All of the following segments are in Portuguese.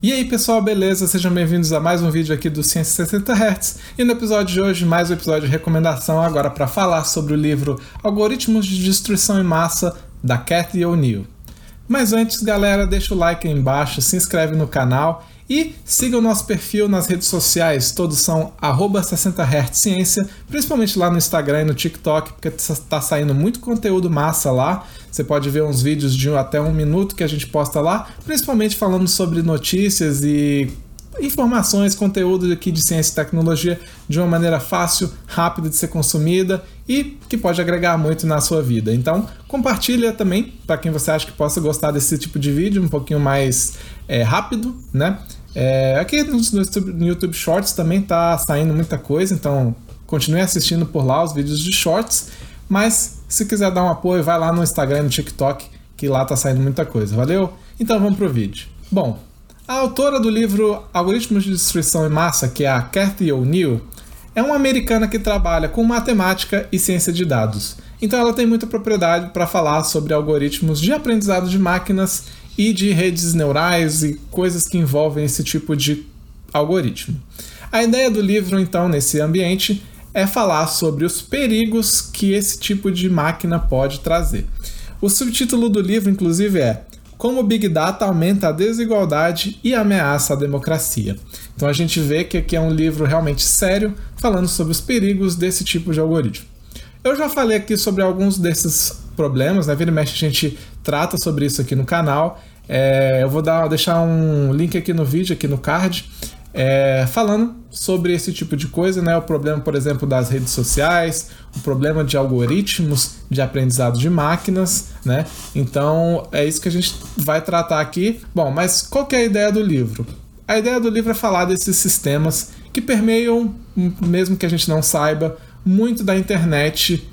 E aí pessoal, beleza? Sejam bem-vindos a mais um vídeo aqui do Ciência 60 Hz. E no episódio de hoje, mais um episódio de recomendação agora para falar sobre o livro Algoritmos de Destruição em Massa, da Cathy O'Neil. Mas antes, galera, deixa o like aí embaixo, se inscreve no canal e siga o nosso perfil nas redes sociais, todos são @60Hz Ciência, principalmente lá no Instagram e no TikTok, porque tá saindo muito conteúdo massa lá. Você pode ver uns vídeos de até 1 minuto que a gente posta lá, principalmente falando sobre notícias e informações, conteúdo aqui de ciência e tecnologia de uma maneira fácil, rápida de ser consumida e que pode agregar muito na sua vida. Então, compartilha também para quem você acha que possa gostar desse tipo de vídeo, um pouquinho mais rápido, né? Aqui no YouTube Shorts também tá saindo muita coisa, então continue assistindo por lá os vídeos de Shorts, mas se quiser dar um apoio, vai lá no Instagram e no TikTok, que lá tá saindo muita coisa, valeu? Então vamos pro vídeo. Bom, a autora do livro Algoritmos de Destruição em Massa, que é a Cathy O'Neil, é uma americana que trabalha com matemática e ciência de dados. Então ela tem muita propriedade para falar sobre algoritmos de aprendizado de máquinas e de redes neurais e coisas que envolvem esse tipo de algoritmo. A ideia do livro, então, nesse ambiente, é falar sobre os perigos que esse tipo de máquina pode trazer. O subtítulo do livro, inclusive, é Como o Big Data aumenta a desigualdade e ameaça a democracia. Então a gente vê que aqui é um livro realmente sério, falando sobre os perigos desse tipo de algoritmo. Eu já falei aqui sobre alguns desses problemas, né? Vira e mexe a gente trata sobre isso aqui no canal. Eu vou deixar um link aqui no vídeo, aqui no card, falando sobre esse tipo de coisa, né? O problema, por exemplo, das redes sociais, o problema de algoritmos de aprendizado de máquinas, né? Então é isso que a gente vai tratar aqui. Bom, mas qual que é a ideia do livro? A ideia do livro é falar desses sistemas que permeiam, mesmo que a gente não saiba, muito da internet,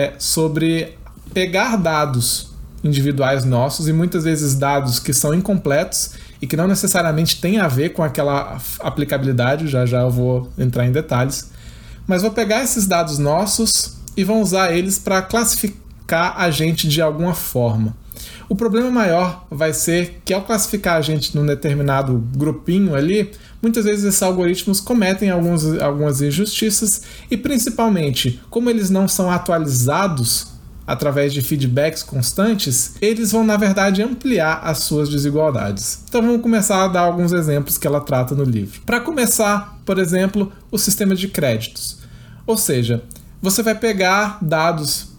sobre pegar dados individuais nossos e muitas vezes dados que são incompletos e que não necessariamente têm a ver com aquela aplicabilidade, já eu vou entrar em detalhes, mas vou pegar esses dados nossos e vão usar eles para classificar a gente de alguma forma. O problema maior vai ser que ao classificar a gente num determinado grupinho ali, muitas vezes esses algoritmos cometem algumas injustiças e principalmente, como eles não são atualizados através de feedbacks constantes, eles vão, na verdade, ampliar as suas desigualdades. Então vamos começar a dar alguns exemplos que ela trata no livro. Para começar, por exemplo, o sistema de créditos. Ou seja, você vai pegar dados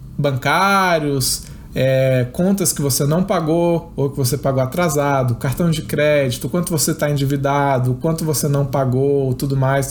bancários, contas que você não pagou ou que você pagou atrasado, cartão de crédito, quanto você está endividado, quanto você não pagou, tudo mais,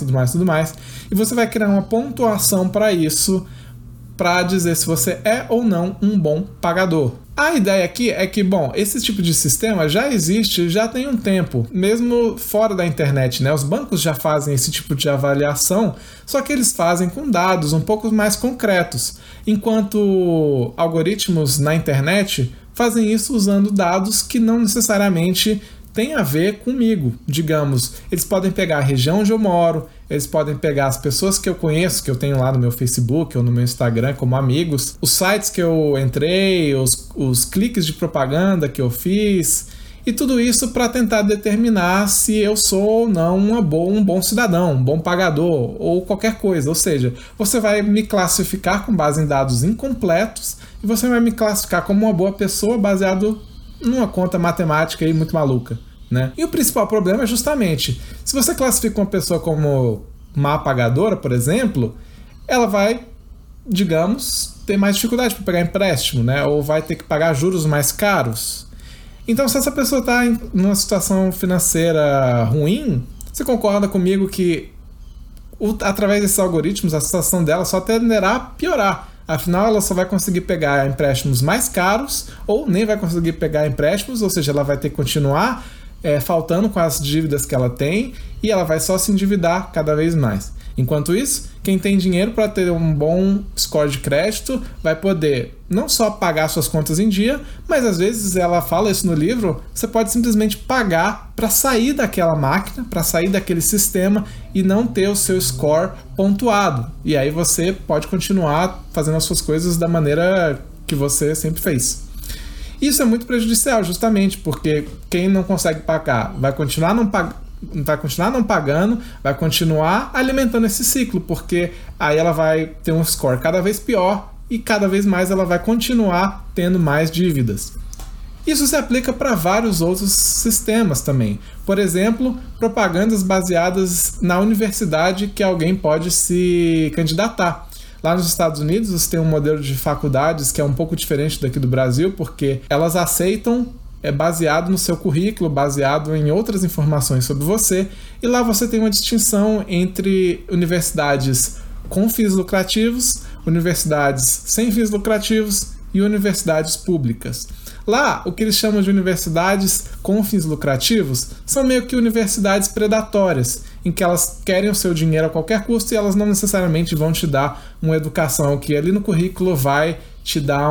e você vai criar uma pontuação para isso, para dizer se você é ou não um bom pagador. A ideia aqui é que, bom, esse tipo de sistema já existe, já tem um tempo, mesmo fora da internet, né? Os bancos já fazem esse tipo de avaliação, só que eles fazem com dados um pouco mais concretos, enquanto algoritmos na internet fazem isso usando dados que não necessariamente tem a ver comigo. Digamos, eles podem pegar a região onde eu moro, eles podem pegar as pessoas que eu conheço, que eu tenho lá no meu Facebook ou no meu Instagram como amigos, os sites que eu entrei, os cliques de propaganda que eu fiz, e tudo isso para tentar determinar se eu sou ou não um bom cidadão, um bom pagador ou qualquer coisa. Ou seja, você vai me classificar com base em dados incompletos e você vai me classificar como uma boa pessoa baseado numa conta matemática aí muito maluca, né? E o principal problema é justamente, se você classifica uma pessoa como má pagadora, por exemplo, ela vai, digamos, ter mais dificuldade para pegar empréstimo, né? Ou vai ter que pagar juros mais caros. Então, se essa pessoa está numa situação financeira ruim, você concorda comigo que através desses algoritmos a situação dela só tenderá a piorar. Afinal, ela só vai conseguir pegar empréstimos mais caros ou nem vai conseguir pegar empréstimos, ou seja, ela vai ter que continuar faltando com as dívidas que ela tem e ela vai só se endividar cada vez mais. Enquanto isso, quem tem dinheiro para ter um bom score de crédito vai poder não só pagar suas contas em dia, mas às vezes ela fala isso no livro, você pode simplesmente pagar para sair daquela máquina, para sair daquele sistema e não ter o seu score pontuado. E aí você pode continuar fazendo as suas coisas da maneira que você sempre fez. Isso é muito prejudicial, justamente porque quem não consegue pagar vai continuar não pagando, vai continuar alimentando esse ciclo, porque aí ela vai ter um score cada vez pior e cada vez mais ela vai continuar tendo mais dívidas. Isso se aplica para vários outros sistemas também. Por exemplo, propagandas baseadas na universidade que alguém pode se candidatar. Lá nos Estados Unidos, você tem um modelo de faculdades que é um pouco diferente daqui do Brasil, porque elas aceitam baseado no seu currículo, baseado em outras informações sobre você, e lá você tem uma distinção entre universidades com fins lucrativos, universidades sem fins lucrativos e universidades públicas. Lá, o que eles chamam de universidades com fins lucrativos são meio que universidades predatórias, em que elas querem o seu dinheiro a qualquer custo e elas não necessariamente vão te dar uma educação que ali no currículo vai te dar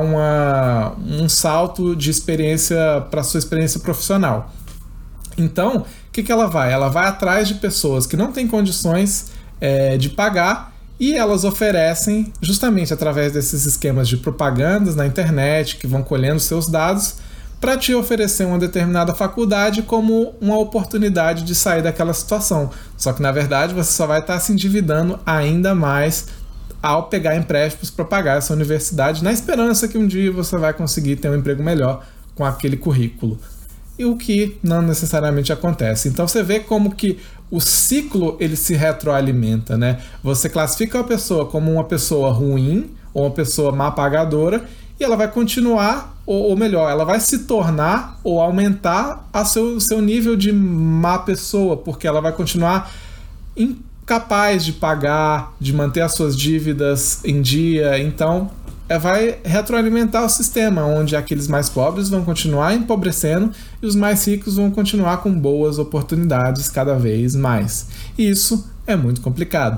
um salto de experiência para a sua experiência profissional. Então, o que ela vai? Ela vai atrás de pessoas que não têm condições de pagar e elas oferecem, justamente através desses esquemas de propagandas na internet, que vão colhendo seus dados, para te oferecer uma determinada faculdade como uma oportunidade de sair daquela situação. Só que, na verdade, você só vai estar se endividando ainda mais ao pegar empréstimos para pagar essa universidade, na esperança que um dia você vai conseguir ter um emprego melhor com aquele currículo. E o que não necessariamente acontece. Então você vê como que o ciclo ele se retroalimenta, né? Você classifica a pessoa como uma pessoa ruim ou uma pessoa má pagadora e ela vai continuar, ou melhor, ela vai se tornar ou aumentar seu nível de má pessoa, porque ela vai continuar incapaz de pagar, de manter as suas dívidas em dia. Então vai retroalimentar o sistema, onde aqueles mais pobres vão continuar empobrecendo e os mais ricos vão continuar com boas oportunidades cada vez mais. E isso é muito complicado.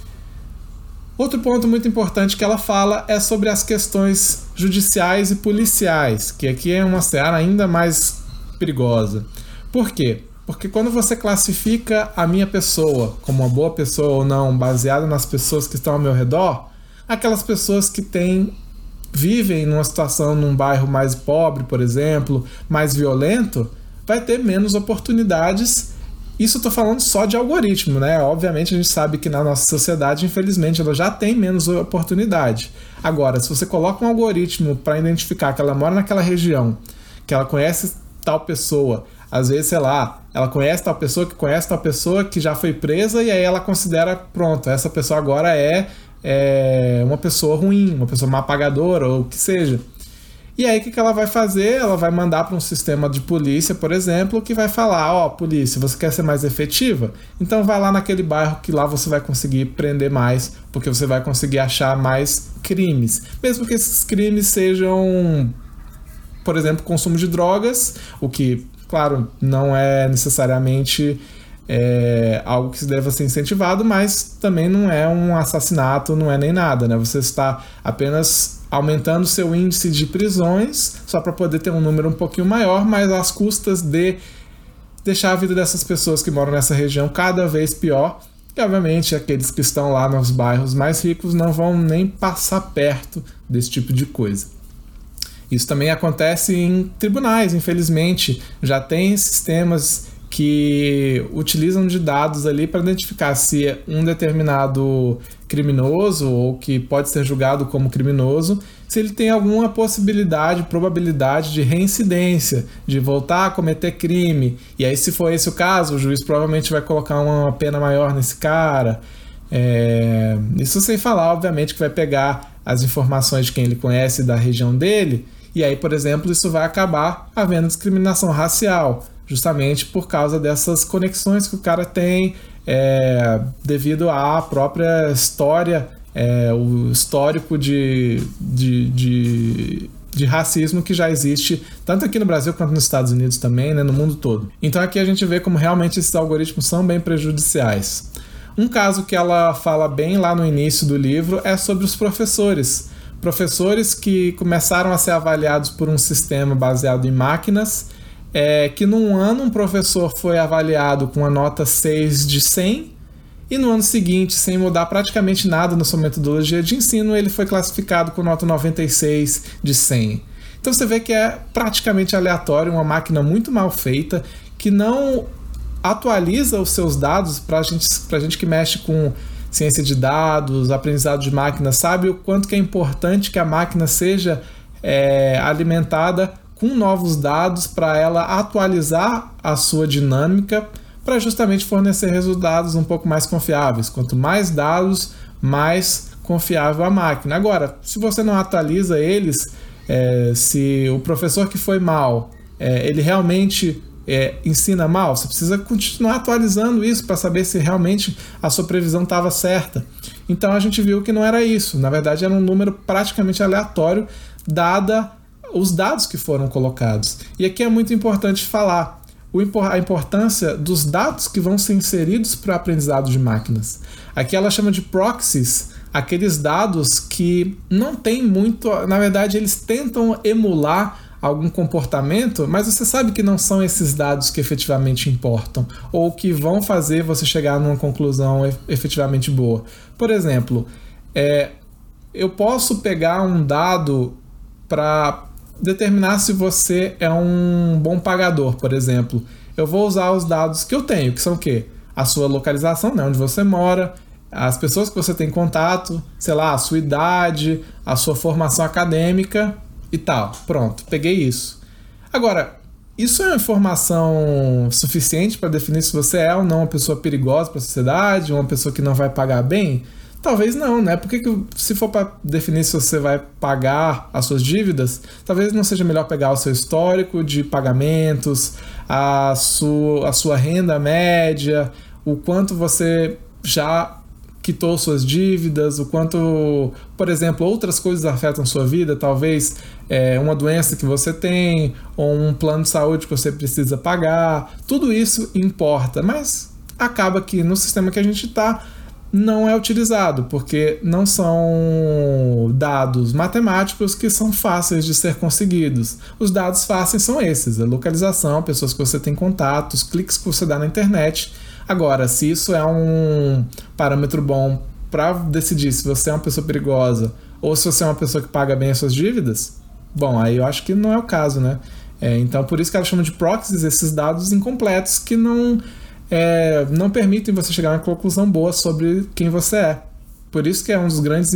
Outro ponto muito importante que ela fala é sobre as questões judiciais e policiais, que aqui é uma seara ainda mais perigosa. Por quê? Porque quando você classifica a minha pessoa como uma boa pessoa ou não, baseado nas pessoas que estão ao meu redor, aquelas pessoas que vivem numa situação, num bairro mais pobre, por exemplo, mais violento, vai ter menos oportunidades. Isso eu estou falando só de algoritmo, né? Obviamente a gente sabe que na nossa sociedade, infelizmente, ela já tem menos oportunidade. Agora, se você coloca um algoritmo para identificar que ela mora naquela região, que ela conhece tal pessoa, às vezes, sei lá, ela conhece tal pessoa que conhece tal pessoa que já foi presa e aí ela considera, pronto, essa pessoa agora é uma pessoa ruim, uma pessoa má pagadora ou o que seja. E aí o que ela vai fazer? Ela vai mandar para um sistema de polícia, por exemplo, que vai falar, polícia, você quer ser mais efetiva? Então vai lá naquele bairro que lá você vai conseguir prender mais, porque você vai conseguir achar mais crimes. Mesmo que esses crimes sejam, por exemplo, consumo de drogas, o que, claro, não é necessariamente algo que deva ser incentivado, mas também não é um assassinato, não é nem nada, né? Você está apenas aumentando seu índice de prisões só para poder ter um número um pouquinho maior, mas às custas de deixar a vida dessas pessoas que moram nessa região cada vez pior. E obviamente aqueles que estão lá nos bairros mais ricos não vão nem passar perto desse tipo de coisa. Isso também acontece em tribunais, infelizmente. Já tem sistemas que utilizam de dados ali para identificar se um determinado criminoso ou que pode ser julgado como criminoso, se ele tem alguma possibilidade, probabilidade de reincidência, de voltar a cometer crime. E aí, se for esse o caso, o juiz provavelmente vai colocar uma pena maior nesse cara. Isso sem falar, obviamente, que vai pegar as informações de quem ele conhece da região dele, e aí, por exemplo, isso vai acabar havendo discriminação racial, justamente por causa dessas conexões que o cara tem devido à própria história, o histórico de racismo que já existe tanto aqui no Brasil quanto nos Estados Unidos também, né, no mundo todo. Então aqui a gente vê como realmente esses algoritmos são bem prejudiciais. Um caso que ela fala bem lá no início do livro é sobre os professores. Professores que começaram a ser avaliados por um sistema baseado em máquinas, que num ano um professor foi avaliado com a nota 6 de 100 e no ano seguinte, sem mudar praticamente nada na sua metodologia de ensino, ele foi classificado com nota 96 de 100. Então você vê que é praticamente aleatório, uma máquina muito mal feita, que não atualiza os seus dados. Pra gente que mexe com ciência de dados, aprendizado de máquina, sabe o quanto que é importante que a máquina seja alimentada com novos dados para ela atualizar a sua dinâmica, para justamente fornecer resultados um pouco mais confiáveis. Quanto mais dados, mais confiável a máquina. Agora, se você não atualiza eles, se o professor que foi mal, ele realmente ensina mal, você precisa continuar atualizando isso para saber se realmente a sua previsão estava certa. Então a gente viu que não era isso. Na verdade, era um número praticamente aleatório, dada os dados que foram colocados. E aqui é muito importante falar a importância dos dados que vão ser inseridos para o aprendizado de máquinas. Aqui ela chama de proxies, aqueles dados que não tem muito... Na verdade, eles tentam emular algum comportamento, mas você sabe que não são esses dados que efetivamente importam, ou que vão fazer você chegar numa conclusão efetivamente boa. Por exemplo, eu posso pegar um dado para determinar se você é um bom pagador, por exemplo. Eu vou usar os dados que eu tenho, que são o quê? A sua localização, né, onde você mora, as pessoas que você tem contato, sei lá, a sua idade, a sua formação acadêmica e tal. Pronto, peguei isso. Agora, isso é uma informação suficiente para definir se você é ou não uma pessoa perigosa para a sociedade, uma pessoa que não vai pagar bem? Talvez não, né? Porque se for para definir se você vai pagar as suas dívidas, talvez não seja melhor pegar o seu histórico de pagamentos, a sua renda média, o quanto você já quitou suas dívidas, o quanto, por exemplo, outras coisas afetam sua vida, talvez uma doença que você tem, ou um plano de saúde que você precisa pagar. Tudo isso importa, mas acaba que no sistema que a gente está, não é utilizado, porque não são dados matemáticos que são fáceis de ser conseguidos. Os dados fáceis são esses: a localização, pessoas que você tem contatos, cliques que você dá na internet. Agora, se isso é um parâmetro bom para decidir se você é uma pessoa perigosa ou se você é uma pessoa que paga bem as suas dívidas, bom, aí eu acho que não é o caso, né? Então, por isso que ela chama de proxies esses dados incompletos que não permitem você chegar a uma conclusão boa sobre quem você é. Por isso que é um dos grandes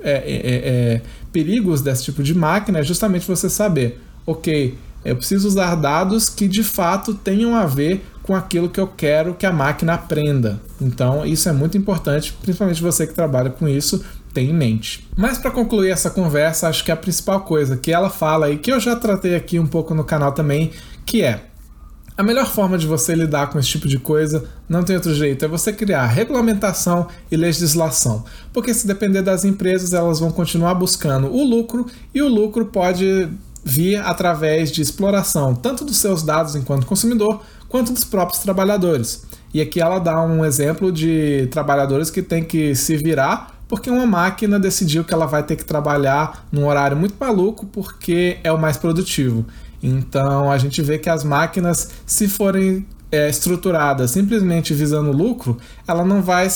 perigos desse tipo de máquina, é justamente você saber, ok, eu preciso usar dados que de fato tenham a ver com aquilo que eu quero que a máquina aprenda. Então isso é muito importante, principalmente você que trabalha com isso, tem em mente. Mas para concluir essa conversa, acho que a principal coisa que ela fala e que eu já tratei aqui um pouco no canal também, que é a melhor forma de você lidar com esse tipo de coisa, não tem outro jeito, é você criar regulamentação e legislação. Porque se depender das empresas, elas vão continuar buscando o lucro, e o lucro pode vir através de exploração, tanto dos seus dados enquanto consumidor, quanto dos próprios trabalhadores. E aqui ela dá um exemplo de trabalhadores que têm que se virar porque uma máquina decidiu que ela vai ter que trabalhar num horário muito maluco porque é o mais produtivo. Então a gente vê que as máquinas, se forem estruturadas simplesmente visando lucro, ela não vai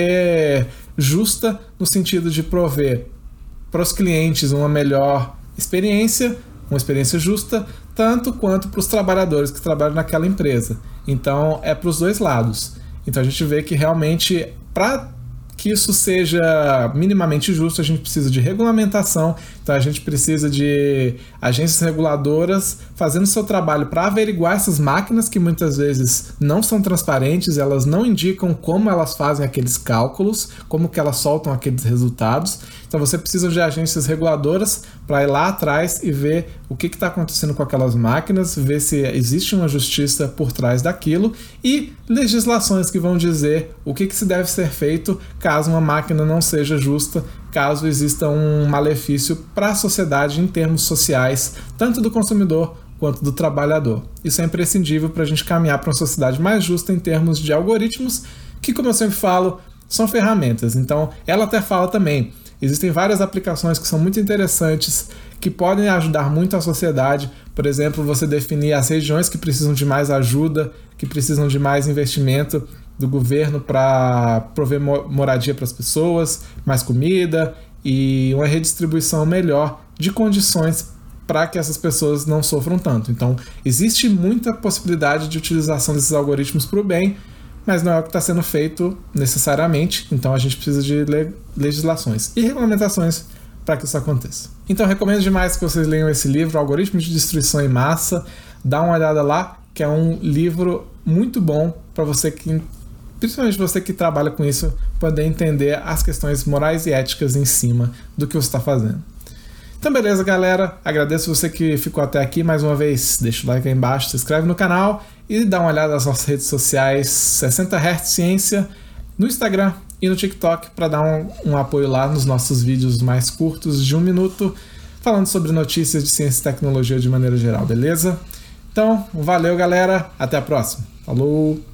ser justa no sentido de prover para os clientes uma melhor experiência, uma experiência justa, tanto quanto para os trabalhadores que trabalham naquela empresa. Então é para os dois lados. Então a gente vê que realmente, para que isso seja minimamente justo, a gente precisa de regulamentação, então a gente precisa de agências reguladoras fazendo seu trabalho para averiguar essas máquinas que muitas vezes não são transparentes, elas não indicam como elas fazem aqueles cálculos, como que elas soltam aqueles resultados. Então você precisa de agências reguladoras para ir lá atrás e ver o que está acontecendo com aquelas máquinas, ver se existe uma justiça por trás daquilo, e legislações que vão dizer o que se deve ser feito caso uma máquina não seja justa, caso exista um malefício para a sociedade em termos sociais, tanto do consumidor quanto do trabalhador. Isso é imprescindível para a gente caminhar para uma sociedade mais justa em termos de algoritmos, que, como eu sempre falo, são ferramentas. Então, ela até fala também, existem várias aplicações que são muito interessantes, que podem ajudar muito a sociedade. Por exemplo, você definir as regiões que precisam de mais ajuda, que precisam de mais investimento do governo para prover moradia para as pessoas, mais comida e uma redistribuição melhor de condições para que essas pessoas não sofram tanto. Então, existe muita possibilidade de utilização desses algoritmos para o bem, mas não é o que está sendo feito necessariamente, então a gente precisa de legislações e regulamentações para que isso aconteça. Então, recomendo demais que vocês leiam esse livro, Algoritmos de Destruição em Massa. Dá uma olhada lá, que é um livro muito bom para você que, principalmente você que trabalha com isso, poder entender as questões morais e éticas em cima do que você está fazendo. Então beleza, galera, agradeço você que ficou até aqui. Mais uma vez, deixa o like aí embaixo, se inscreve no canal e dá uma olhada nas nossas redes sociais 60Hz Ciência no Instagram e no TikTok para dar um apoio lá nos nossos vídeos mais curtos de 1 minuto, falando sobre notícias de ciência e tecnologia de maneira geral, beleza? Então, valeu galera, até a próxima, falou!